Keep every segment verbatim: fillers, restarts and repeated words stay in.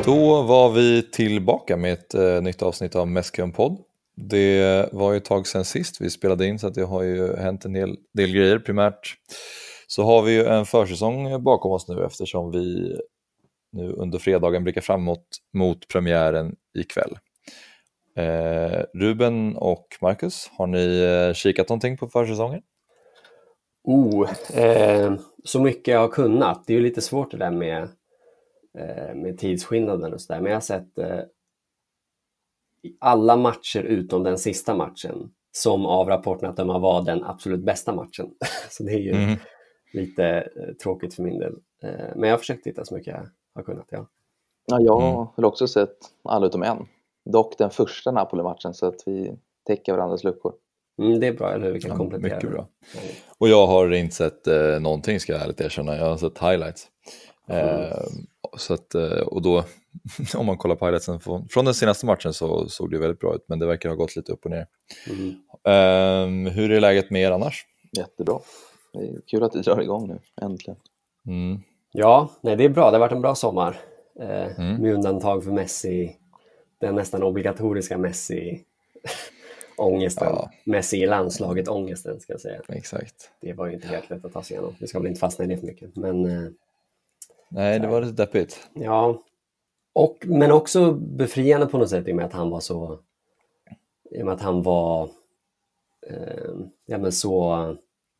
Då var vi tillbaka med ett eh, nytt avsnitt av Mescon-podd. Det var ju ett tag sedan sist vi spelade in, så att det har ju hänt en hel del grejer. Primärt så har vi ju en försäsong bakom oss nu, eftersom vi nu under fredagen blickar framåt mot premiären ikväll. Eh, Ruben och Marcus, har ni eh, kikat någonting på försäsongen? Oh, eh, så mycket jag har kunnat. Det är ju lite svårt det där med, eh, med tidsskillnaden och sådär. Men jag har sett eh, alla matcher utom den sista matchen, som av rapporten att de var den absolut bästa matchen. Så det är ju mm. lite eh, tråkigt för min del. Eh, men jag har försökt titta så mycket jag har kunnat, ja. Ja, jag har mm. också sett alla utom en. Dock den första Napoli-matchen, så att vi täcker varandras luckor. Mm, det är bra, eller vi kan ja, komplettera. Mycket bra. Mm. Och jag har inte sett eh, någonting, ska jag ärligt erkänna. Jag har sett highlights. Mm. Eh, så att, och då, om man kollar på highlightsen från, från den senaste matchen, så såg det väldigt bra ut. Men det verkar ha gått lite upp och ner. Mm. Eh, hur är läget med er annars? Jättebra. Det är kul att det drar igång nu, äntligen. Mm. Ja, nej, det är bra. Det har varit en bra sommar. Eh, mm. Med undantag för Messi. Den nästan obligatoriska Messi ångesten. Ja. Messi i landslaget ångesten, ska jag säga. Exakt. Det var ju inte helt lätt att ta sig igenom. Vi ska väl inte fastna i det för mycket. Men, eh, nej, det var lite deppigt. Ja, och, men också befriande på något sätt i och med att han var så i och med att han var eh, ja, men så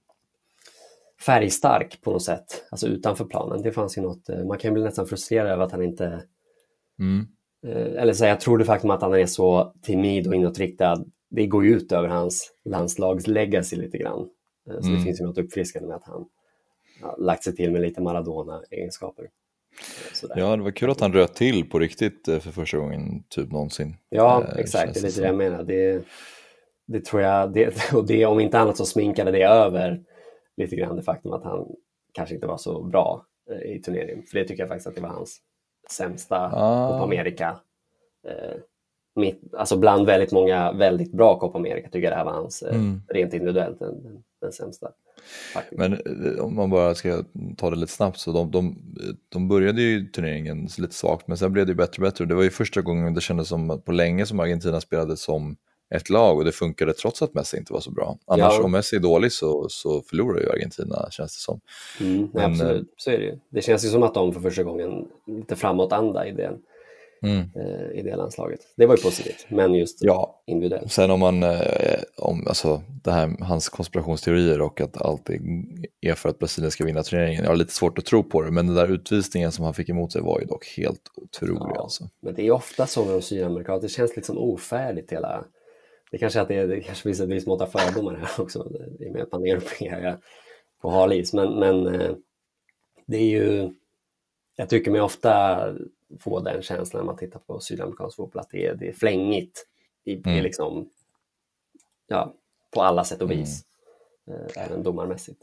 färgstark på något sätt. Alltså utanför planen. Det fanns ju något, man kan bli nästan frustrerad över att han inte mm. eh, eller så jag tror det faktum att han är så timid och inåtriktad, det går ju ut över hans landslagslegacy lite grann. Så mm. det finns ju något uppfriskande med att han ja, lagt sig till med lite Maradona-egenskaper. Sådär. Ja, det var kul att han röt till på riktigt för första gången typ någonsin. Ja, eh, exakt. Det är lite det jag menar. Det, det tror jag, det, och det, om inte annat så sminkade det över lite grann det faktum att han kanske inte var så bra eh, i turneringen. För det tycker jag faktiskt att det var hans sämsta ah. Copa America. Eh, mitt, alltså bland väldigt många väldigt bra Copa America tycker jag det här var hans eh, mm. rent individuellt den, den, den sämsta. Faktiskt. Men om man bara ska ta det lite snabbt, så de, de, de började ju turneringen lite svagt, men sen blev det ju bättre och bättre. Det var ju första gången det kändes som på länge som Argentina spelade som ett lag, och det funkade trots att Messi inte var så bra. Annars ja. Om Messi är dålig så, så förlorar ju Argentina, känns det som. Mm, nej, men, absolut, så är det ju. Det känns ju som att de för första gången lite framåtanda i det, mm. eh, i det landslaget. Det var ju positivt, men just ja. individuellt. Sen om man, eh, om, alltså det här, hans konspirationsteorier och att allt är för att Brasilien ska vinna turneringen. Jag har lite svårt att tro på det, men den där utvisningen som han fick emot sig var ju dock helt otrolig. Ja, alltså. Men det är ofta så med de sydamerikaner, det känns liksom ofärdigt hela. Det kanske att det, det kanske finns ett visst mått av fördomar här också, i och med att man är europeer på halis, men, men det är ju, jag tycker mig ofta få den känslan när man tittar på sydamerikansk fotboll, att det är, det är flängigt i, mm. liksom, ja, på alla sätt och vis, mm. även domarmässigt.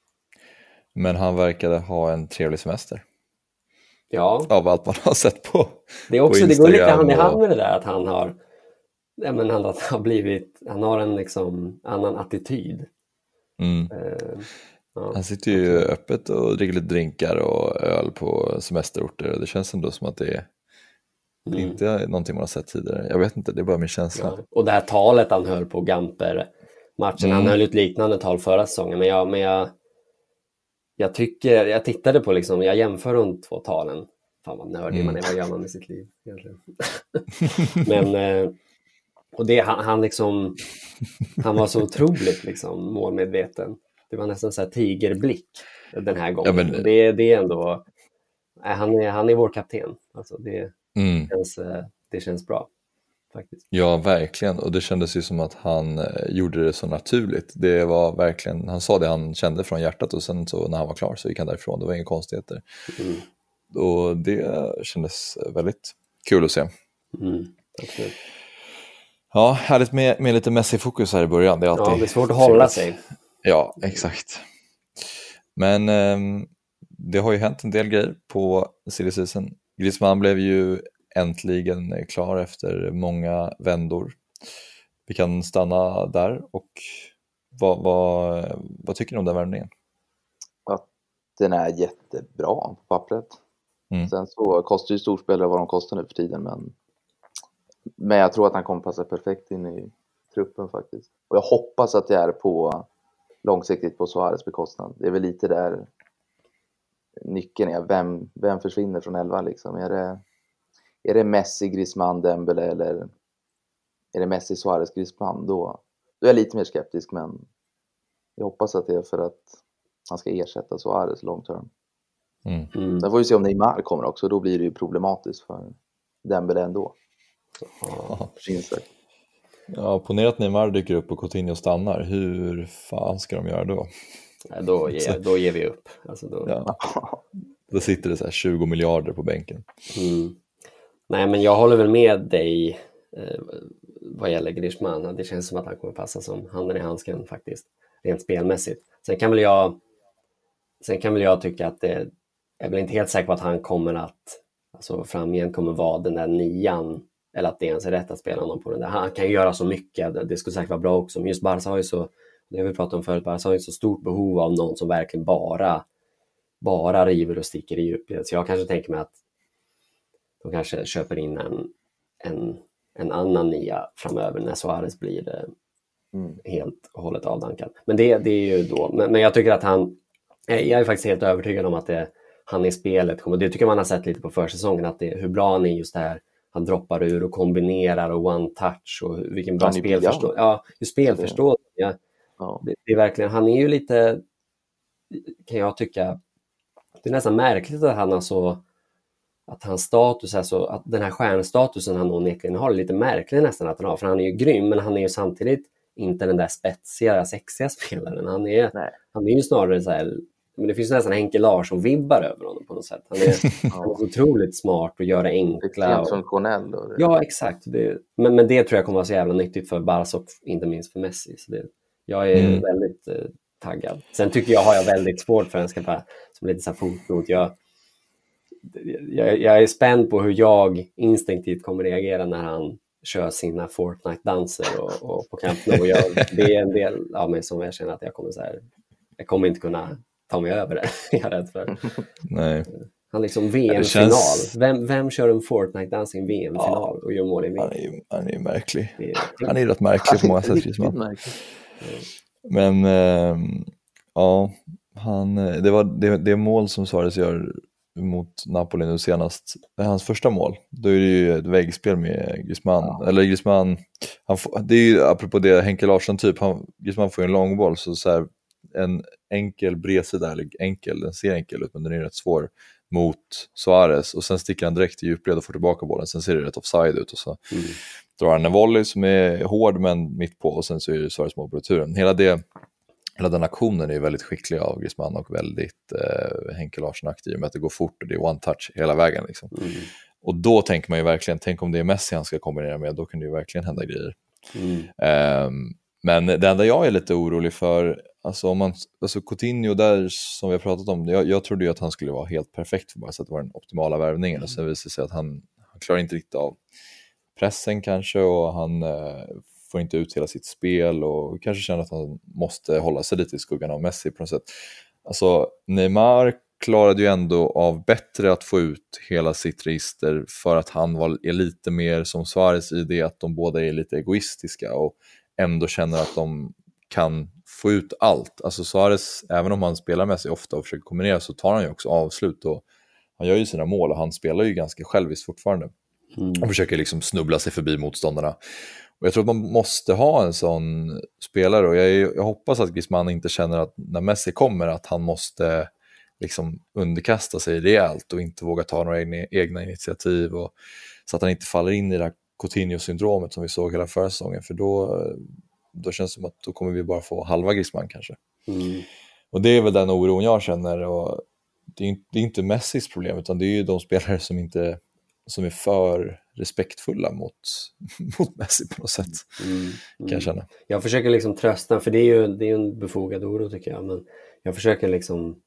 Men han verkade ha en trevlig semester. Ja. Av allt man har sett på det är också, på det går lite hand i hand med det där att han har Ja, men han har blivit, han har en liksom annan attityd. Mm. Uh, ja. Han sitter ju öppet och dricker lite drinkar och öl på semesterorter. Det känns ändå som att det är mm. inte någonting man har sett tidigare. Jag vet inte, det är bara min känsla. Ja. Och det här talet han höll på Gamper-matchen, mm. han höll ett liknande tal förra säsongen. Men jag, men jag, jag tycker, jag tittade på liksom, jag jämför de två talen. Fan vad nördig mm. man är, vad gör man med sitt liv egentligen? men eh, Och det, han, han liksom han var så otroligt liksom målmedveten. Det var nästan så här tigerblick den här gången. Ja, men, det, det är ändå han är, han är vår kapten. Alltså det, mm. känns, det känns bra faktiskt. Ja, verkligen. Och det kändes ju som att han gjorde det så naturligt. Det var verkligen, han sa det han kände från hjärtat, och sen så när han var klar så gick han därifrån. Det var inga konstigheter. Mm. Och det kändes väldigt kul att se. Mm, absolut. Ja, härligt med, med lite Messi-fokus här i början. Det är alltid ja, det är svårt att hålla sig. Ja, exakt. Men eh, det har ju hänt en del grejer på silly season. Griezmann blev ju äntligen klar efter många vändor. Vi kan stanna där. Och vad, vad, vad tycker ni om den värvningen? Att den är jättebra på pappret. Mm. Sen så kostar ju storspelare vad de kostar nu för tiden, men, men jag tror att han kommer passa perfekt in i truppen faktiskt. Och jag hoppas att det är på långsiktigt på Suarez bekostnad. Det är väl lite där nyckeln är. Vem, vem försvinner från elvan liksom? Är det, är det Messi, Griezmann, Dembele eller är det Messi, Suarez, Griezmann? Då, då är jag lite mer skeptisk, men jag hoppas att det är för att han ska ersätta Suarez long term. Mm. Mm. Sen får vi se om Neymar kommer också. Då blir det ju problematiskt för Dembele ändå. Ja, ja, ponera att Neymar dyker upp och Coutinho stannar. Hur fan ska de göra då? Ja, då, ger, då ger vi upp. Alltså då... Ja. Då sitter det så här tjugo miljarder på bänken. Mm. Nej, men jag håller väl med dig eh, vad gäller Griezmann. Det känns som att han kommer passa som handen i handsken faktiskt, rent spelmässigt. Sen kan väl jag sen kan väl jag tycka att det, jag är väl inte helt säker på att han kommer att alltså framgent kommer vara den där nian, eller att det ens är rätt att spela honom på den där. Han kan ju göra så mycket, det skulle säkert vara bra också, men just Barca har ju så, det har vi pratat om förut, Barca har ju så stort behov av någon som verkligen bara bara river och sticker i djupet. Så jag kanske tänker mig att de kanske köper in en, en, en annan nia framöver när Suarez blir mm. helt och hållet avdankad. Men det, det är ju då, men, men jag tycker att han, jag är faktiskt helt övertygad om att det, han i spelet kommer, det tycker man har sett lite på försäsongen, att det, hur bra han är just det här, han droppar ur och kombinerar och one touch och vilken bra spelförståelse. Ja, just spelförståelse. Ja. Ja. Det, det är verkligen, han är ju lite, kan jag tycka, det är nästan märkligt att han har så, att hans status är så, att den här stjärnstatusen han onekligen har, är lite märklig nästan att han har, för han är ju grym, men han är ju samtidigt inte den där spetsiga, sexiga spelaren. Han är, han är ju snarare så här, men det finns nästan Henke Larsson vibbar över honom på något sätt. Han är, han är otroligt smart och gör det enkla. Och, funktionell då, det. Ja, exakt. Det, men, men det tror jag kommer vara så jävla nyttigt för Barca och inte minst för Messi. Så det, jag är mm. väldigt eh, taggad. Sen tycker jag har jag väldigt svårt för en ska bara, som lite så här fotnot. Jag, jag, jag är spänd på hur jag instinktivt kommer reagera när han kör sina Fortnite-danser och, och på Camp Nou. Jag, det är en del av mig som jag känner att jag kommer så här, jag kommer inte kunna ta mig över det. Jag är rädd för. Nej. Han liksom V M-final. Känns... Vem, vem kör en Fortnite-dans i en V M-final ja, och gör mål i V M? Han är ju han är märklig. Det är... Han är rätt märklig på många sätt. Men äh, ja, han, det var det, det mål som Suarez gör mot Napoli nu senast. Det är hans första mål. Då är det ju ett väggspel med Griezmann. Ja. Eller Griezmann, han får, det är ju apropå det Henke Larsson typ, han, Griezmann får ju en långboll så så här, en enkel bredsida, eller enkel, den ser enkel ut men den är rätt svår mot Suarez och sen sticker han direkt i djupled och får tillbaka bollen, sen ser det rätt offside ut och så mm. drar han en volley som är hård men mitt på och sen så är det Suarez mål på returen. Hela, det, hela den aktionen är väldigt skicklig av Griezmann och väldigt eh, Henke Larsson-aktig med att det går fort och det är one touch hela vägen liksom. Mm. Och då tänker man ju verkligen, tänk om det är Messi han ska kombinera med, då kan det ju verkligen hända grejer. Mm. Um, men det enda jag är lite orolig för, alltså om man, alltså Coutinho där som vi har pratat om, jag, jag trodde ju att han skulle vara helt perfekt för bara så att det var den optimala värvningen, mm. och sen visade det sig att han, han klarar inte riktigt av pressen kanske och han eh, får inte ut hela sitt spel och kanske känner att han måste hålla sig lite i skuggan av Messi på något sätt. Alltså Neymar klarade ju ändå av bättre att få ut hela sitt register för att han var, är lite mer som Suarez i det att de båda är lite egoistiska och ändå känner att de kan få ut allt. Alltså Suarez, även om han spelar med sig ofta och försöker kombinera, så tar han ju också avslut och han gör ju sina mål och han spelar ju ganska själviskt fortfarande. Mm. Och försöker liksom snubbla sig förbi motståndarna. Och jag tror att man måste ha en sån spelare och jag, jag hoppas att Griezmann inte känner att när Messi kommer att han måste liksom underkasta sig rejält och inte våga ta några egna, egna initiativ och, så att han inte faller in i det här Coutinho-syndromet som vi såg hela förra säsongen, för då, då känns det som att då kommer vi bara få halva Griezmann kanske. Mm. Och det är väl den oron jag känner och det är, det är inte Messis problem utan det är ju de spelare som inte som är för respektfulla mot, mot Messi på något sätt. Mm. Mm. Kan jag känna. Jag försöker liksom trösta, för det är ju det är en befogad oro tycker jag, men jag försöker liksom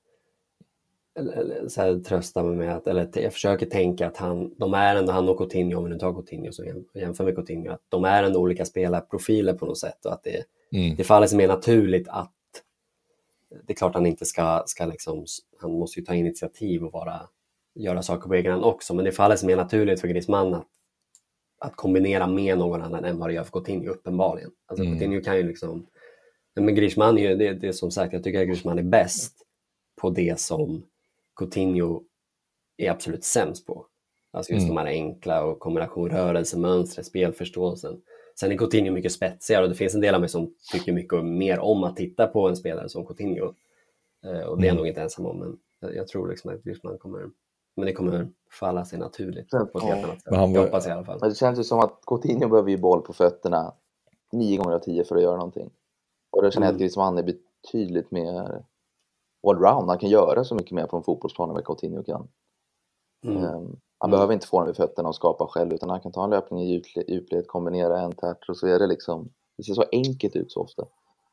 så här, trösta mig med att, eller jag försöker tänka att han, de är ändå, han och Coutinho, om vi nu tar Coutinho så jämför med Coutinho, att de är ändå olika spelarprofiler på något sätt och att det, mm. det faller sig mer naturligt att det är klart han inte ska, ska liksom, han måste ju ta initiativ och vara göra saker på egen hand också, men det faller sig mer naturligt för Griezmann att, att kombinera med någon annan än vad det gör för Coutinho uppenbarligen. Alltså mm. Coutinho kan ju liksom, men Griezmann är ju, det, det är som sagt, jag tycker att Griezmann är bäst på det som Coutinho är absolut sämst på. Alltså just mm. de här enkla och kombination rörelsemönster, spelförståelsen. Sen är Coutinho mycket spetsigare och det finns en del av mig som tycker mycket mer om att titta på en spelare som Coutinho. Uh, och det är mm. nog inte ensam om, men jag, jag tror liksom att Griezmann kommer, men det kommer falla sig naturligt på ett helt annat sätt. Han jag hoppas i alla fall. Det känns ju som att Coutinho behöver ju boll på fötterna nio gånger av tio för att göra någonting. Och då känner jag mm. att Griezmann är betydligt mer allround. Han kan göra så mycket mer på en fotbollsplan än vad Coutinho kan. Mm. Um, han mm. behöver inte få den vid fötterna och skapa själv, utan han kan ta en löpning i djupled, kombinera en touch och så är det liksom, det ser så enkelt ut så ofta.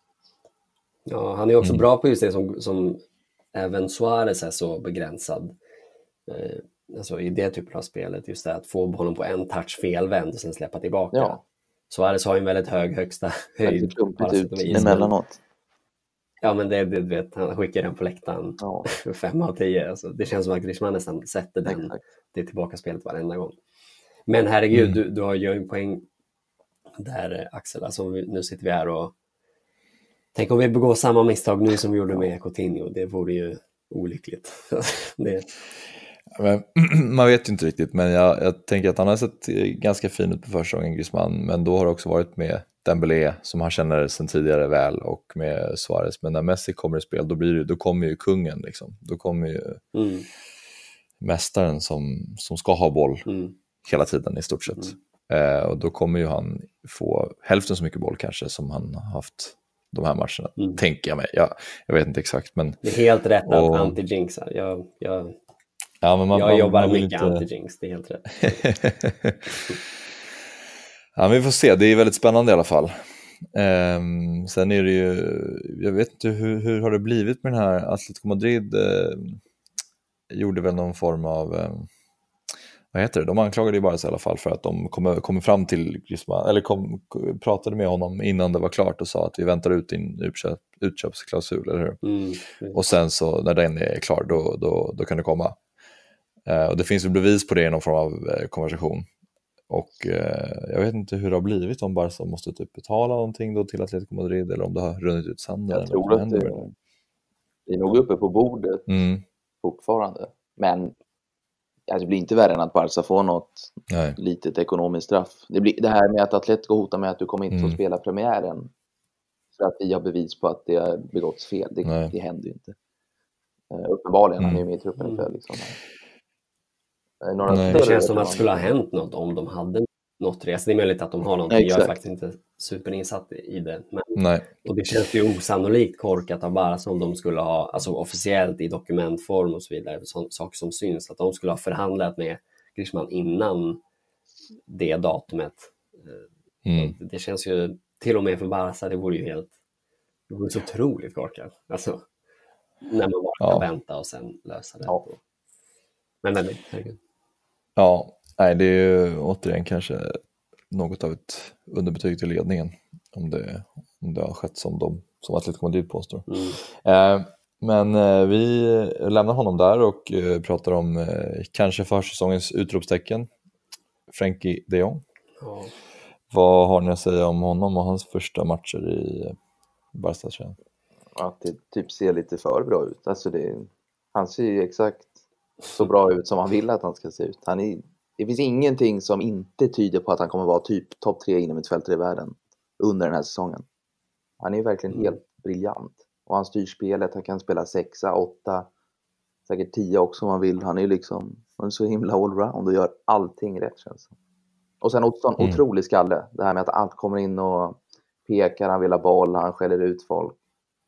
Ja, han är också mm. bra på just det som, som även Suarez är så begränsad. Eh, alltså i det typen av spelet, just det att få bollen på en touch felvänd och sen släppa tillbaka. Ja. Suarez har ju en väldigt hög högsta höjd. Det är klumpigt ut emellanåt. Ja, men det, det vet han skickar den på läktaren ja. fem av tio. Alltså, det känns som att Griezmann nästan sätter den, det tillbaka spelet varenda gång. Men herregud, mm. du, du har ju en poäng där, Axel. Alltså, nu sitter vi här och tänk om vi begår samma misstag nu som vi gjorde med Coutinho. Det vore ju olyckligt. det... Men, man vet ju inte riktigt, men jag, jag tänker att han har sett ganska fin ut på försäsongen, Griezmann, men då har det också varit med Dembélé som han känner sedan tidigare väl och med Suarez. Men när Messi kommer i spel, då, blir det, då kommer ju kungen liksom. Då kommer ju mm. mästaren som, som ska ha boll mm. hela tiden i stort sett. Mm. Eh, och då kommer ju han få hälften så mycket boll kanske som han har haft de här matcherna, mm. tänker jag mig. Jag, jag vet inte exakt, men... Det är helt rätt att och... anti-jinxa. Jag... jag... Ja, men man, jag man, jobbar man mycket inte... anti-jinx, det är helt rätt. Ja, vi får se, det är väldigt spännande i alla fall. Um, sen är det ju, jag vet inte hur, hur har det blivit med den här Atletico Madrid eh, gjorde väl någon form av eh, vad heter det, de anklagade ju bara sig i alla fall för att de kom, kom fram till Griezmann, eller kom, pratade med honom innan det var klart och sa att vi väntar ut din utköp, utköpsklausul, eller hur? Mm, mm. Och sen så när den är klar då, då, då kan det komma. Uh, och det finns ju bevis på det i någon form av uh, konversation. Och eh, jag vet inte hur det har blivit, om Barca måste typ betala någonting då till Atletico Madrid eller om det har runnit ut sanden. Jag tror att det, det är nog uppe på bordet mm. fortfarande. Men alltså, det blir inte värre än att Barca får något Nej. litet ekonomiskt straff. Det, blir, det här med att Atletico hotar med att du kommer inte mm. få spela premiären för att vi har bevis på att det har begåtts fel. Det, det händer ju inte. Uh, uppenbarligen, mm. han är ju med i truppen ikväll liksom. Det känns som att det skulle ha hänt något om de hade något resa. Det är möjligt att de har någonting. Jag är faktiskt inte superinsatt i det. Men, Nej. Och det känns ju osannolikt korkat av bara som de skulle ha, alltså officiellt i dokumentform och så vidare, så, saker som syns, att de skulle ha förhandlat med Griezmann innan det datumet. Mm. Det känns ju, till och med för Barca, det vore ju helt, det vore så otroligt korkat. Alltså, när man bara kan ja. vänta och sen lösa det. Ja. Men men, herregud. Ja, nej, det är ju återigen kanske något av ett underbetyg till ledningen om det, om det har skett som de som Atletico Madrid påstår. Mm. Eh, men eh, vi lämnar honom där och eh, pratar om eh, kanske försäsongens utropstecken, Frenkie de Jong. Ja. Vad har ni att säga om honom och hans första matcher i Barca? Att det typ ser lite för bra ut. Alltså det, han ser ju exakt så bra ut som han vill att han ska se ut. Han är, det finns ingenting som inte tyder på att han kommer vara typ topp tre inom ett fält i världen under den här säsongen. Han är verkligen mm. helt briljant. Och han styr spelet, han kan spela sexa, åtta, säkert tio också om han vill. Han är liksom, han är så himla allround och gör allting rätt, känns det. Och sen också en mm. otrolig skalle. Det här med att allt kommer in och pekar, han vill ha boll, han skäller ut folk.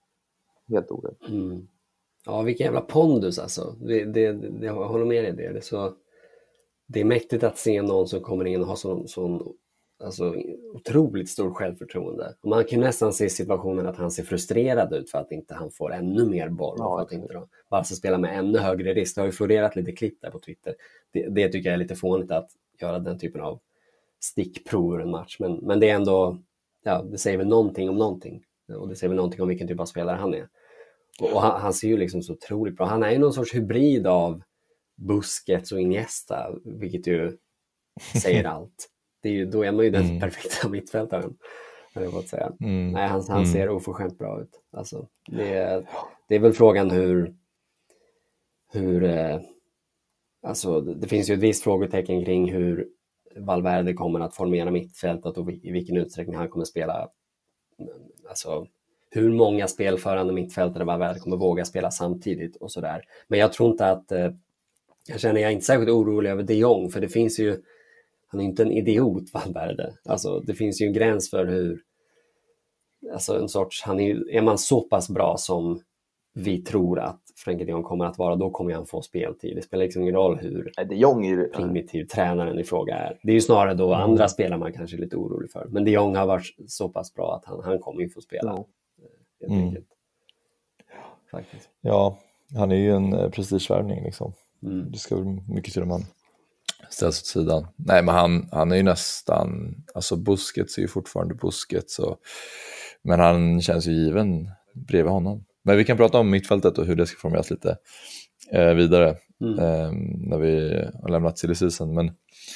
Helt orätt. Mm. Ja, vilken jävla pondus alltså. Det, det, det, jag håller med dig i det. Det är, så, det är mäktigt att se någon som kommer in och har sån, sån alltså, otroligt stor självförtroende. Och man kan nästan se situationen att han ser frustrerad ut för att inte han får ännu mer boll. Ja, för att inte då, bara så spela med ännu högre risk. Det har ju florerat lite klipp där på Twitter. Det, det tycker jag är lite fånigt att göra den typen av stickprov ur en match. Men, men det är ändå, ja, det säger väl någonting om någonting. Och det säger väl någonting om vilken typ av spelare han är. Och han, han ser ju liksom så otroligt bra. Han är ju någon sorts hybrid av Busquets och Iniesta, vilket ju säger allt. Det är ju, då är man ju den mm. perfekta mittfältaren, har jag fått säga. Mm. Nej, han, han ser mm. oförskämt bra ut. Alltså, det, är, det är väl frågan hur hur eh, alltså det finns ju ett visst frågetecken kring hur Valverde kommer att formera mittfältet och i vilken utsträckning han kommer spela, alltså hur många spelförande mittfältare Valverde kommer våga spela samtidigt och sådär. Men jag tror inte att eh, jag känner jag är inte särskilt orolig över de Jong, för det finns ju, han är inte en idiot Valverde. Alltså det finns ju en gräns för hur, alltså en sorts, han är ju, är man så pass bra som vi tror att Frenkie de Jong kommer att vara, då kommer han få speltid. Det spelar liksom ingen roll hur de Jong är... primitiv tränaren i fråga är. Det är ju snarare då mm. andra spelare man kanske är lite orolig för. Men de Jong har varit så pass bra att han, han kommer ju få spela. Mm. Helt mm. enkelt. Faktiskt. Ja, han är ju en prestigevärvning liksom. Mm. Det ska väl mycket till om man ställs åt sidan. Nej, men han, han är ju nästan, alltså Busquets är ju fortfarande Busquets, och, men han känns ju given bredvid honom. Men vi kan prata om mittfältet och hur det ska formeras lite eh, vidare mm. eh, när vi har lämnat silly season. Men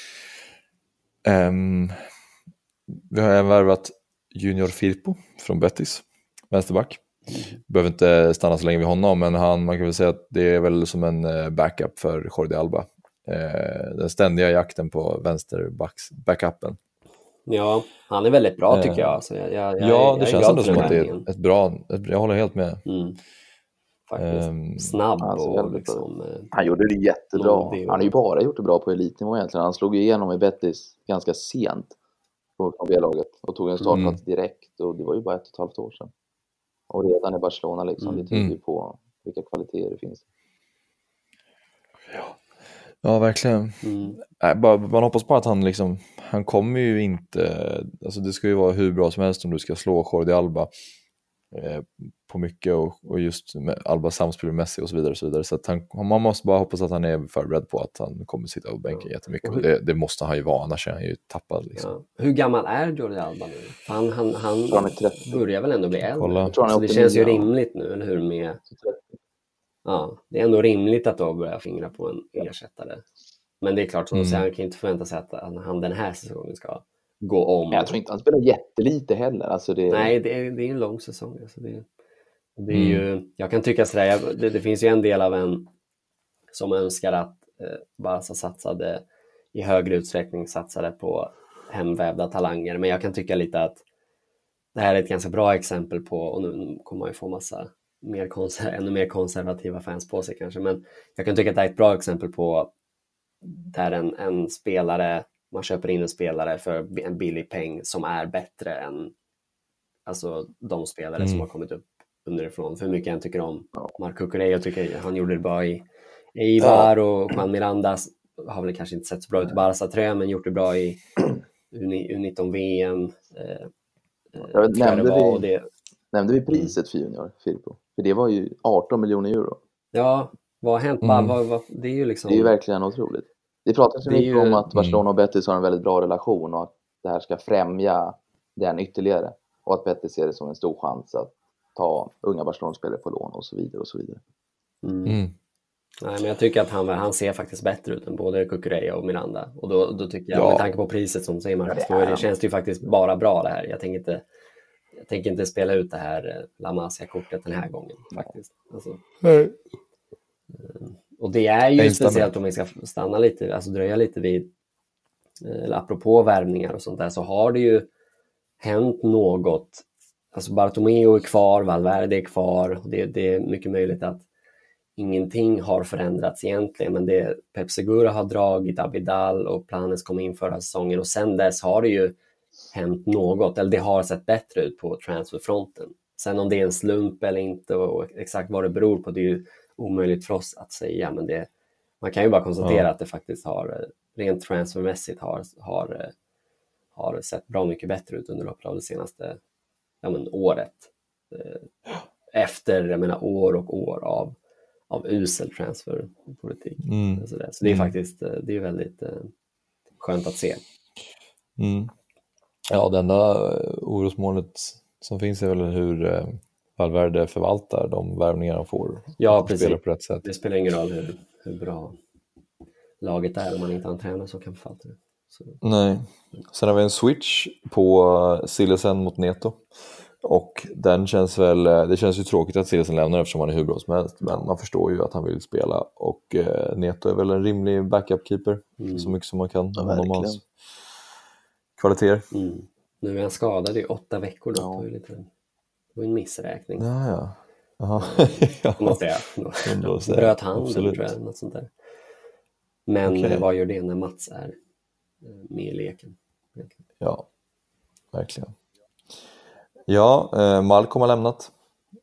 eh, vi har även värvat Junior Firpo från Betis, vänsterback. Mm. Behöver inte stanna så länge vid honom, men han, man kan väl säga att det är väl som en backup för Jordi Alba. Eh, den ständiga jakten på vänsterbackupen. Ja, han är väldigt bra tycker jag. Så jag, jag, jag ja, är, det jag känns ändå som att det är ett bra, ett, jag håller helt med. Mm. Faktiskt. Um, Snabb alltså, och liksom... Han gjorde det jättebra. Han har ju bara gjort det bra på elitnivå egentligen. Han slog igenom i Betis ganska sent på B-laget och tog en startplats mm. direkt, och det var ju bara ett och ett halvt år sedan. Och redan i Barcelona liksom, mm. det tyder ju på vilka kvaliteter det finns. Ja. Ja, verkligen. Mm. Nej, bara, man hoppas på att han liksom, han kommer ju inte, alltså det ska ju vara hur bra som helst om du ska slå Jordi Alba eh, på mycket, och, och just med Albas samspel med Messi och så vidare och så vidare. Så att han, man måste bara hoppas att han är förberedd på att han kommer sitta på bänken mm. jättemycket. Och det, det måste han ju vara, annars är han ju tappad liksom. Ja. Hur gammal är Jordi Alba nu? Han, han, han, han börjar väl ändå bli äldre. Så det känns ju rimligt nu, eller hur? Med... Ja, det är ändå rimligt att då börja fingra på en ersättare. Men det är klart, som mm. han kan inte förvänta sig att han den här säsongen ska gå om. Jag tror inte han spelar jättelite heller. Alltså det... Nej, det är, det är en lång säsong. Alltså det, det är mm. ju, jag kan tycka sådär, jag, det, det finns ju en del av en som önskar att eh, Barca satsade i högre utsträckning satsade på hemvävda talanger. Men jag kan tycka lite att det här är ett ganska bra exempel på, och nu kommer man ju få massa mer konser- ännu mer konservativa fans på sig kanske, men jag kan tycka att det är ett bra exempel på där en, en spelare, man köper in en spelare för en billig peng som är bättre än alltså de spelare mm. som har kommit upp underifrån. För mycket jag tycker om Marc Cucurella, jag tycker han gjorde det bra i Eibar, ja. Och Juan Miranda har väl kanske inte sett så bra ut i Barca-tröjan, men gjort det bra i U nitton-V M. Eh, jag vet, nämnde, det vi, det... nämnde vi priset för Junior Firpo? För det var ju arton miljoner euro. Ja, vad har hänt? Mm. Vad, vad, det är ju liksom... Det är ju verkligen otroligt. Det pratas ju mycket ju... om att Barcelona och Betis har en väldigt bra relation och att det här ska främja den ytterligare. Och att Betis ser det som en stor chans att ta unga Barcelona-spelare på lån och så vidare och så vidare. Mm. Mm. Nej, men jag tycker att han, han ser faktiskt bättre ut än både Cucurella och Miranda. Och då, då tycker jag, ja. med tanke på priset som säger Marcus, då det känns det ju faktiskt bara bra det här. Jag tänker inte, jag tänker inte spela ut det här La Masia-kortet den här gången faktiskt. Alltså. Nej. Och det är ju speciellt om vi ska stanna lite, alltså dröja lite vid, eller apropå värvningar och sånt där, så har det ju hänt något. Alltså Bartomeu är kvar, Valverde är kvar, och det, det är mycket möjligt att ingenting har förändrats egentligen, men det Pep Segura har dragit Abidal och Planes kom in förra säsongen, och sen dess har det ju hänt något, eller det har sett bättre ut på transferfronten. Sen om det är en slump eller inte och exakt vad det beror på, det är ju omöjligt för oss att säga, men det, man kan ju bara konstatera ja. att det faktiskt har, rent transfermässigt har, har, har sett bra mycket bättre ut under loppet av det senaste ja, men, året. Efter, jag menar, år och år av av usel transferpolitik. Mm. Så, så det är faktiskt det är väldigt skönt att se. Mm. Ja, det enda orosmålet som finns är väl hur Valverde förvaltar de värvningar de får. Ja, precis. På rätt sätt. Det spelar ingen roll hur, hur bra laget är om man inte har en tränare som kan förvalta det. Så. Nej. Sen har vi en switch på Cillessen mot Neto. Och den känns väl, det känns ju tråkigt att Cillessen lämnar eftersom han är hur bra som helst. Men man förstår ju att han vill spela. Och eh, Neto är väl en rimlig backup-keeper. Mm. Så mycket som man kan. Ja, honom hans kvaliteter. Mm. Nu är han skadad i åtta veckor. Då. Ja. Det lite, det var en missräkning. Ja, ja. Jaha. Ja. Måste jag. Bröt handen tror jag. Något sånt där. Men okay. Vad gör det när Mats är med i leken? Ja, verkligen. Ja, eh, Malcolm har lämnat.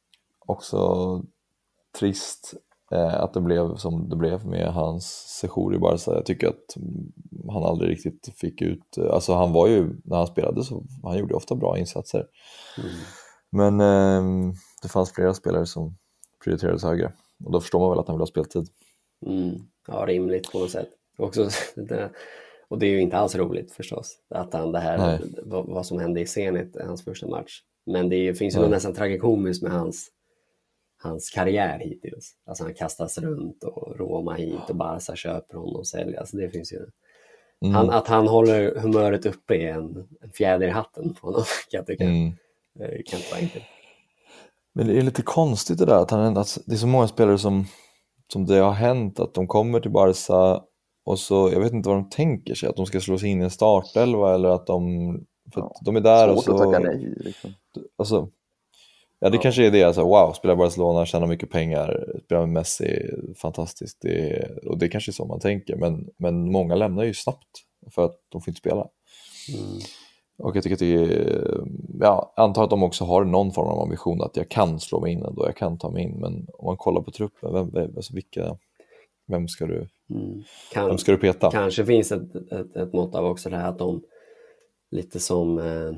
Också trist eh, att det blev som det blev med hans sejour i Barca. Jag tycker att han aldrig riktigt fick ut... Alltså han var ju, när han spelade så han gjorde ofta bra insatser. Mm. Men eh, det fanns flera spelare som prioriterades högre. Och då förstår man väl att han vill ha speltid. Mm. Ja, rimligt på något sätt. Också det, och det är ju inte alls roligt förstås. Att han, det här, vad, vad som hände i Zenit, hans första match. Men det finns ju nästan tragikomiskt med hans, hans karriär hittills. Alltså han kastas runt och Roma hit och Barca köper honom och säljer. Alltså det finns ju... Mm. Han, att han håller humöret uppe är en, en fjäder i hatten på honom, kan jag tycka. Mm. Det kan inte vara enkelt. Men det är lite konstigt det där. Att, han, att det är så många spelare som, som det har hänt att de kommer till Barca och så, jag vet inte vad de tänker sig. Att de ska slå sig in i en startelva eller att de... För att de är där och så... Svårt att tacka nej, liksom. Alltså, ja, det ja. kanske är det. Alltså, wow, spelar Barcelona, tjänar mycket pengar, spelar med Messi, fantastiskt. Det är, och det är kanske är så man tänker. Men, men många lämnar ju snabbt för att de får inte spela. Mm. Och jag tycker att det är... Ja, jag antar att de också har någon form av ambition att jag kan slå mig in och jag kan ta mig in. Men om man kollar på truppen, vem, vem, alltså vilka... Vem ska du, mm. kan, vem ska du peta? Kanske finns ett, ett, ett mått av också det här att de lite som eh,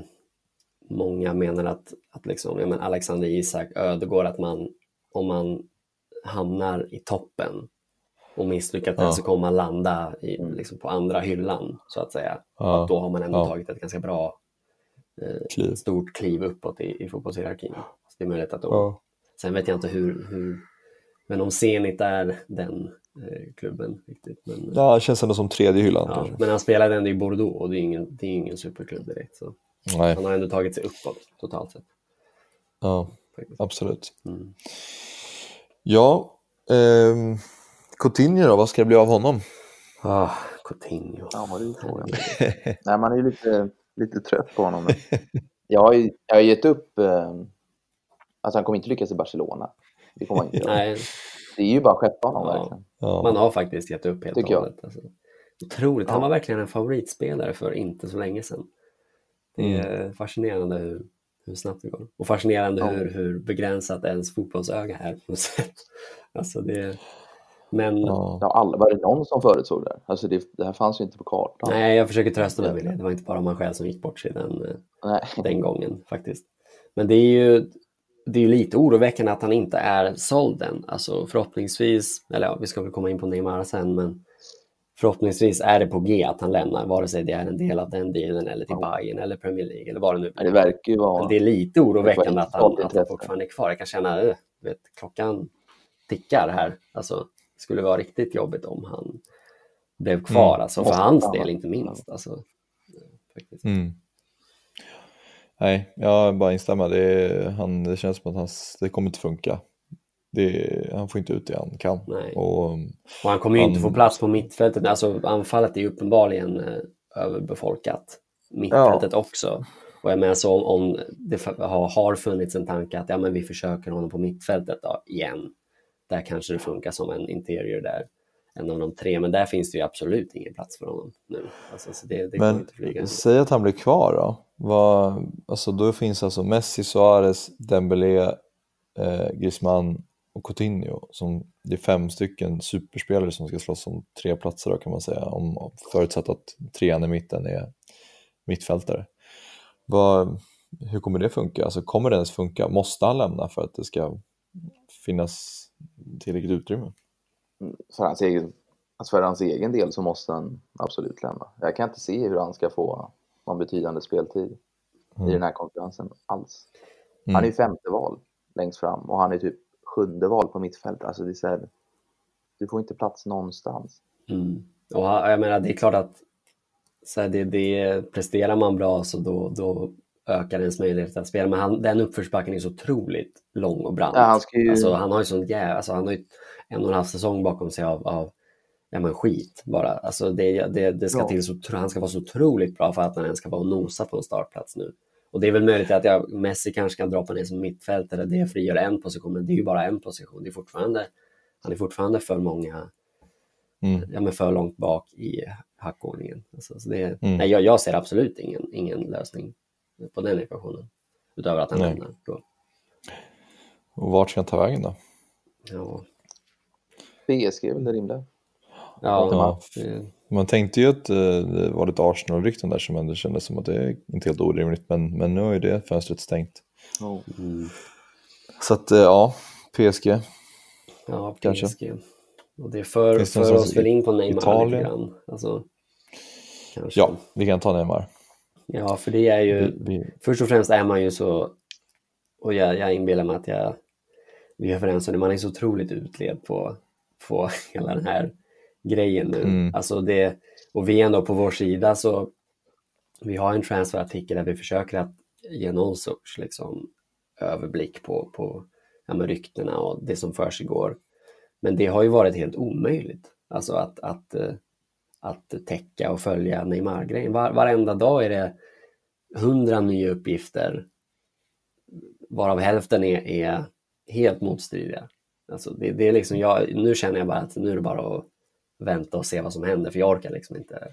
många menar att, att liksom, ja, men Alexander Isak, Ödegård, att man om man hamnar i toppen och misslyckas ja. så kommer man landa i, liksom på andra hyllan så att säga. Ja. Att då har man ändå ja. tagit ett ganska bra eh, kliv. stort kliv uppåt i, i fotbollshierarkin. Så det är möjligt att då, ja. sen vet jag inte hur, hur men om Zenit är den eh, klubben riktigt. Men, ja, det känns ändå som tredje hyllan. Ja, men han spelade ändå i Bordeaux och det är ingen, det är ingen superklubb direkt. Så. Nej. Han har ändå tagit sig uppåt totalt sett. Ja, faktiskt. Absolut. Mm. Ja, eh, Coutinho då, vad ska det bli av honom? Ah, Coutinho. Ja, vad är det frågan? Nej, man är ju lite, lite trött på honom. Jag har ju jag har gett upp... Eh, alltså han kommer inte lyckas i Barcelona. Det kommer inte göra. Nej. Det är ju bara att skeppa honom ja. verkligen. Ja. Man har faktiskt gett upp helt och hållet. Alltså. Otroligt. Ja. Han var verkligen en favoritspelare för inte så länge sedan. Det är mm. fascinerande hur, hur snabbt det går. Och fascinerande ja. hur, hur begränsat ens fotbollsöga är på något sätt. Alltså det... Men... Ja, alla, var det någon som förutsåg det? Alltså det, det här fanns ju inte på kartan. Nej, jag försöker trösta mig med det. Det var inte bara man själv som gick bort sig den, den gången faktiskt. Men det är ju... Det är ju lite oroväckande att han inte är såld än. Alltså förhoppningsvis, eller ja, vi ska väl komma in på Neymar sen, men förhoppningsvis är det på G att han lämnar, vare sig det är en del av den dealen eller till ja. Bayern eller Premier League eller vad det nu är. Det verkar ju vara... Men det är lite oroväckande att han, att han fortfarande är kvar. Jag kan känna, äh, vet, klockan tickar här. Alltså, det skulle vara riktigt jobbigt om han blev kvar, mm. alltså för hans del inte minst. Alltså, faktiskt. Mm. Nej, jag bara instämmer. Det, han, det känns som att hans, det kommer inte funka. Det, han får inte ut det han kan. Nej. Och, och han kommer ju han, inte få plats på mittfältet. Alltså, anfallet är ju uppenbarligen eh, överbefolkat. Mittfältet ja. också. Och jag menar så om, om det har, har funnits en tanke att ja, men vi försöker honom på mittfältet då, igen. Där kanske det funkar som en interior där. En av de tre, men där finns det ju absolut ingen plats för honom nu. Alltså, så det, det men inte flyga. Säg att han blir kvar då. Vad, alltså då finns alltså Messi, Suarez, Dembélé, eh, Griezmann och Coutinho. Som, det är fem stycken superspelare som ska slåss om tre platser då, kan man säga. Om, förutsatt att trean i mitten är mittfältare. Vad, hur kommer det funka? Alltså, kommer det ens funka? Måste han lämna för att det ska finnas tillräckligt utrymme? För hans egen, alltså för hans egen del så måste han absolut lämna. Jag kan inte se hur han ska få någon betydande speltid mm. i den här konkurrensen alls. Mm. Han är ju femte val längst fram och han är typ sjunde val på mittfält. Alltså det är så här, du får inte plats någonstans. Mm. Och jag menar, det är klart att så här, det, det presterar man bra så då, då ökar ens möjlighet att spela. Men han, den uppförsbacken är så otroligt lång och brant. Ja, han, ska ju... alltså, han har ju sån jävla, alltså, han har ju en och en halv säsong bakom sig av, av ja, men skit bara. Alltså, det, det, det ska till så, han ska vara så otroligt bra för att han ens ska vara och nosa på en startplats nu. Och det är väl möjligt att jag, Messi kanske kan dra på ner som mittfält eller det frigör en position, men det är ju bara en position. Det är fortfarande, han är fortfarande för många mm. ja, men för långt bak i hackordningen. Alltså, så det, mm. nej, jag, jag ser absolut ingen, ingen lösning på den ekvationen utöver att han lämnar då. Och vart ska han ta vägen då? Ja. P S G är väl det rimliga. Ja, ja. Det... Man tänkte ju att det var lite Arsenal-rykten där som ändå kändes som att det är inte helt orimligt, men, men nu är det fönstret stängt. Oh. Mm. Så att ja, P S G. Ja, P S G. Kanske. Och det för, det för oss väl in på Neymar Italien. Lite grann. Alltså, kanske. Ja, vi kan ta Neymar. Ja, för det är ju, vi, vi... först och främst är man ju så, och jag, jag inbillar mig att jag, vi är överens om det, man är så otroligt utled på, på hela den här grejen nu. Mm. Alltså det, och vi är ändå på vår sida, så vi har en transferartikel där vi försöker att ge någon sorts liksom, överblick på, på ja, med ryktena och det som för sig går. Men det har ju varit helt omöjligt alltså att, att, att täcka och följa Neymar-grejen. Var, varenda dag är det hundra nya uppgifter varav hälften är, är helt motstridiga. Alltså det, det är liksom, jag, nu känner jag bara att nu är det bara att vänta och se vad som händer, för jag orkar liksom inte.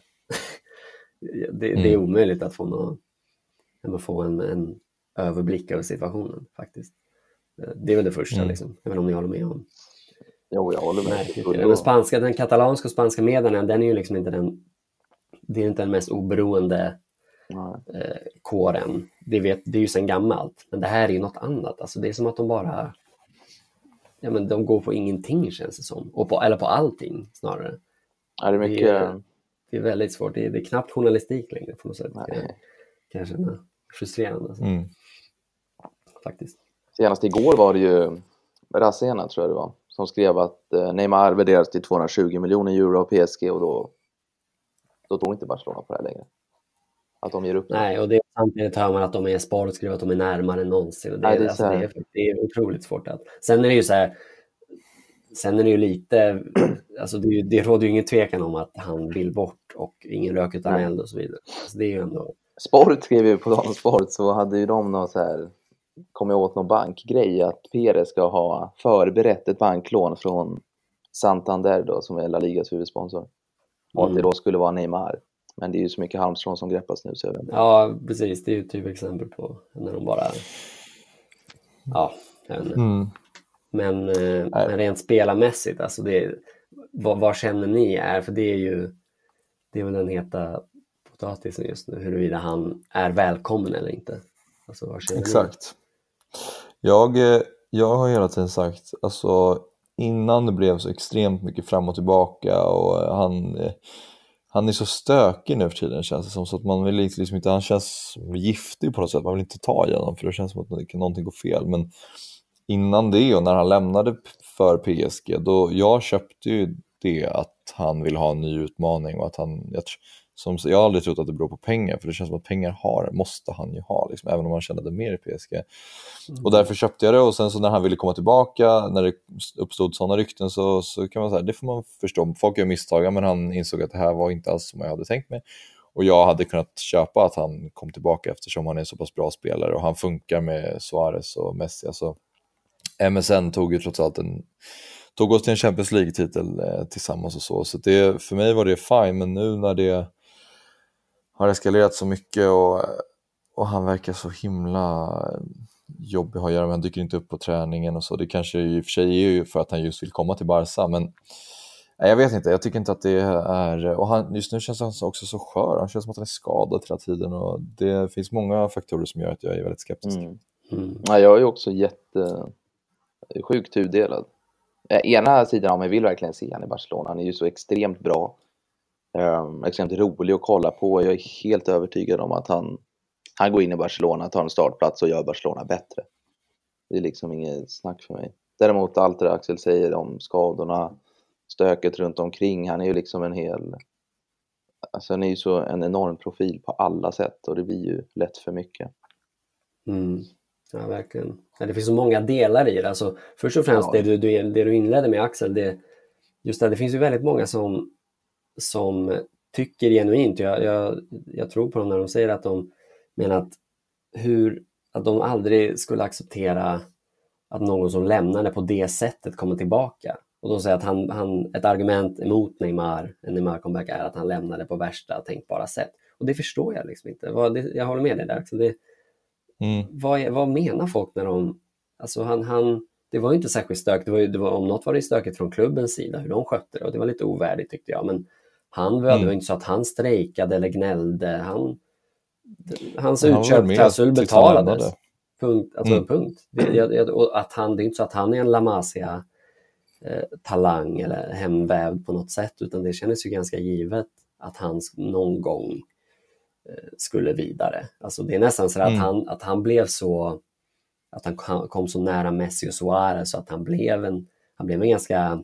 det, mm. det är omöjligt att få, någon, att få en, en överblick över situationen faktiskt. Det är väl det första mm. liksom. Jag vet inte om ni håller med om. Jo, jag håller med. Nej, men spanska, den katalanska och spanska medierna, den är ju liksom inte den, det är inte den mest oberoende eh, kåren. Det, vet, det är ju sen gammalt. Men det här är ju något annat. Alltså det är som att de bara, ja men de går på ingenting känns det som. Och på, eller på allting snarare. Ja, det är mycket... Det är, det är väldigt svårt. Det är, det är knappt journalistik längre på något sätt. Kanske frustrerande. Alltså. Mm. Faktiskt. Senast igår var det ju Rasena, tror jag det var, som skrev att eh, Neymar värderas till tvåhundratjugo miljoner euro av P S G, och då då tror inte Barcelona på det här längre. Att de ger upp. Nej, och det är samtidigt hör man att de är spår och skriver att de är närmare än någonsin. Och det, Nej, det, är alltså, det, är, det är otroligt svårt att... Sen är det ju så här, sen är det ju lite, alltså det, det råder ju ingen tvekan om att han vill bort och ingen rök utan Nej. eld och så vidare. Alltså det är ju ändå... Sport skrev ju på dagens Sport, så hade ju de någon så här, kom jag åt någon bankgrej att Perez ska ha förberett ett banklån från Santander då, som är La Ligas huvudsponsor. Och mm. att det då skulle vara Neymar. Men det är ju så mycket halmstrån som greppas nu. Så ja, precis. Det är ju typ exempel på när de bara... Ja, mm. men, eh, men rent spelarmässigt, alltså det, vad, vad känner ni är? För det är ju det är väl den heta potatisen just nu, huruvida han är välkommen eller inte. Alltså, vad känner Exakt. Ni? Jag, jag har hela tiden sagt, alltså innan det blev så extremt mycket fram och tillbaka och han... Han är så stökig nu för tiden, känns det som, så att man vill liksom inte, han känns giftig på något sätt, man vill inte ta igenom för det känns som att någonting går fel. Men innan det och när han lämnade för P S G, då jag köpte ju det att han vill ha en ny utmaning och att han, jag, som, jag har aldrig trott att det beror på pengar, för det känns som att pengar har, måste han ju ha liksom, även om han kände mer i P S G. Mm. Och därför köpte jag det, och sen så när han ville komma tillbaka, när det uppstod sådana rykten, så, så kan man säga, det får man förstå. Folk gör misstag, men han insåg att det här var inte alls som jag hade tänkt mig. Och jag hade kunnat köpa att han kom tillbaka eftersom han är en så pass bra spelare och han funkar med Suarez och Messi. Alltså, M S N tog ju trots allt en tog oss till en Champions League-titel eh, tillsammans och så. Så det, för mig var det fine, men nu när det har eskalerat så mycket och, och han verkar så himla jobbig att göra med, han dyker inte upp på träningen och så. Det kanske i och för sig är ju för att han just vill komma till Barca, men nej, jag vet inte, jag tycker inte att det är, och han, just nu känns han också så skör, han känns som att han är skadad hela tiden och det finns många faktorer som gör att jag är väldigt skeptisk. Mm. Mm. Ja, jag är också jätte sjukt tudelad. Ena sidan av mig vill verkligen se han i Barcelona, han är ju så extremt bra. Um, extremt rolig att kolla på. Jag är helt övertygad om att han han går in i Barcelona, tar en startplats och gör Barcelona bättre. Det är liksom inget snack för mig. Däremot allt det Axel säger om skadorna, stöket runt omkring. Han är ju liksom en hel... Alltså han är ju så en enorm profil på alla sätt och det blir ju lätt för mycket. Mm. Ja, verkligen. Ja, det finns så många delar i det. Alltså, först och främst Ja. det, du, det du inledde med, Axel, det, just det, det finns ju väldigt många som, som tycker genuint, jag, jag, jag tror på dem när de säger att de menar att, hur, att de aldrig skulle acceptera att någon som lämnade på det sättet kommer tillbaka. Och de säger att han, han, ett argument emot Neymar, en Neymar-comeback, är att han lämnade på värsta tänkbara sätt. Och det förstår jag liksom inte. Vad, det, jag håller med dig där. Så det, mm. vad, vad menar folk när de... Alltså han, han, det var ju inte särskilt stökigt. Det var ju, det var, om något var det stökigt från klubbens sida, hur de skötte det. Och det var lite ovärdigt tyckte jag. Men han var, mm. det var inte så att han strejkade eller gnällde. Han, hans utköpsklausul betalades. Punkt. Alltså mm. punkt. Det, jag, och att han, det är inte så att han är en La Masia eh, talang eller hemvävd på något sätt, utan det kändes ju ganska givet att han någon gång eh, skulle vidare. Alltså det är nästan så mm. att, han, att han blev så att han kom så nära Messi och Suarez så att han blev en, han blev en ganska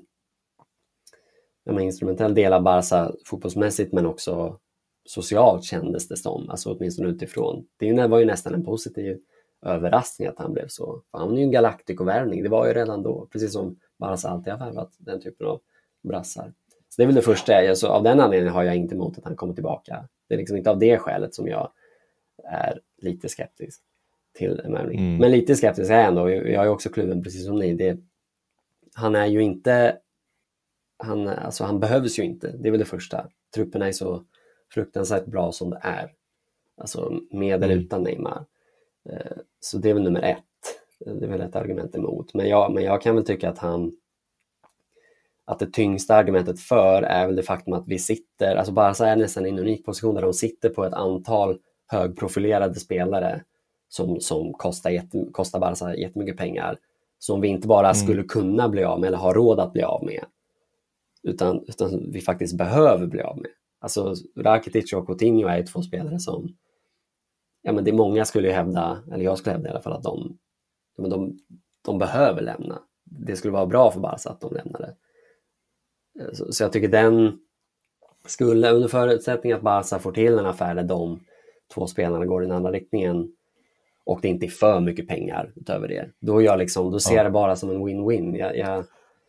en instrumentell del av Barca fotbollsmässigt, men också socialt kändes det som, alltså åtminstone utifrån. Det var ju nästan en positiv överraskning att han blev så. För han var ju en Galactico-värvning. Det var ju redan då, precis som Barca alltid har värvat den typen av brassar. Så det är väl det första. Alltså, av den anledningen har jag inte emot att han kommer tillbaka. Det är liksom inte av det skälet som jag är lite skeptisk till en värvning. Mm. Men lite skeptisk är jag ändå. Jag har ju också klubben precis som ni. Det, han är ju inte... Han, alltså, han behövs ju inte. Det är väl det första. Trupperna är så fruktansvärt bra som det är. Alltså med eller mm. utan Neymar. Så det är väl nummer ett. Det är väl ett argument emot. Men jag, men jag kan väl tycka att han att det tyngsta argumentet för är väl det faktum att vi sitter, alltså Barca är nästan i en unik position där de sitter på ett antal högprofilerade spelare som, som kostar, jätte, kostar Barca jättemycket pengar, som vi inte bara skulle mm. kunna bli av med eller ha råd att bli av med, utan, utan vi faktiskt behöver bli av med. Alltså Rakitic och Coutinho är två spelare som ja, men det är många skulle ju hävda, eller jag skulle hävda i alla fall, att de, de, de, de behöver lämna. Det skulle vara bra för Barca att de lämnade. Så, så jag tycker den skulle, under förutsättning att Barca får till en affär där de två spelarna går i den andra riktningen och det inte är för mycket pengar utöver det, då, jag liksom, då ser jag det bara som en win-win. Jag, jag,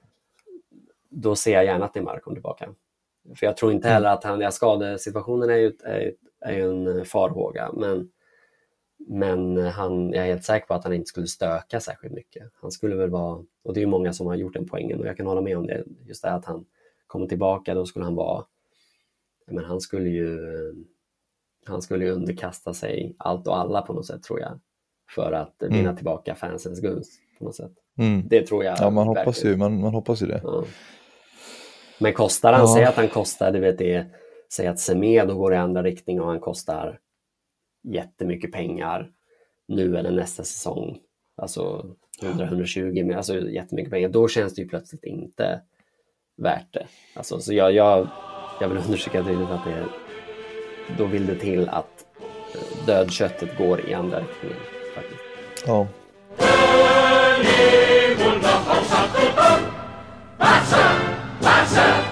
då ser jag gärna att Neymar kommer tillbaka. För jag tror inte heller att han, ja, skadesituationen är ju, är, är ju en farhåga, men Men han, jag är helt säker på att han inte skulle stöka särskilt mycket. Han skulle väl vara, och det är ju många som har gjort den poängen och jag kan hålla med om det. Just det att han kommer tillbaka, då skulle han vara, men han skulle ju han skulle ju underkasta sig allt och alla på något sätt, tror jag, för att mm. vinna tillbaka fansens gunst på något sätt. Mm. Det tror jag. Ja, man hoppas ju, man, man hoppas ju det. Ja. Men kostar han, ja. säg att han kostar, du vet det, säg att Semedo går i andra riktning och han kostar jättemycket pengar nu eller nästa säsong, alltså hundra till hundratjugo, men alltså jättemycket pengar, då känns det ju plötsligt inte värt det. Alltså, så jag, jag, jag vill undersöka tydligt att det, då vill det till att dödköttet går i andra riktningen faktiskt. Ja. Barca, Barca.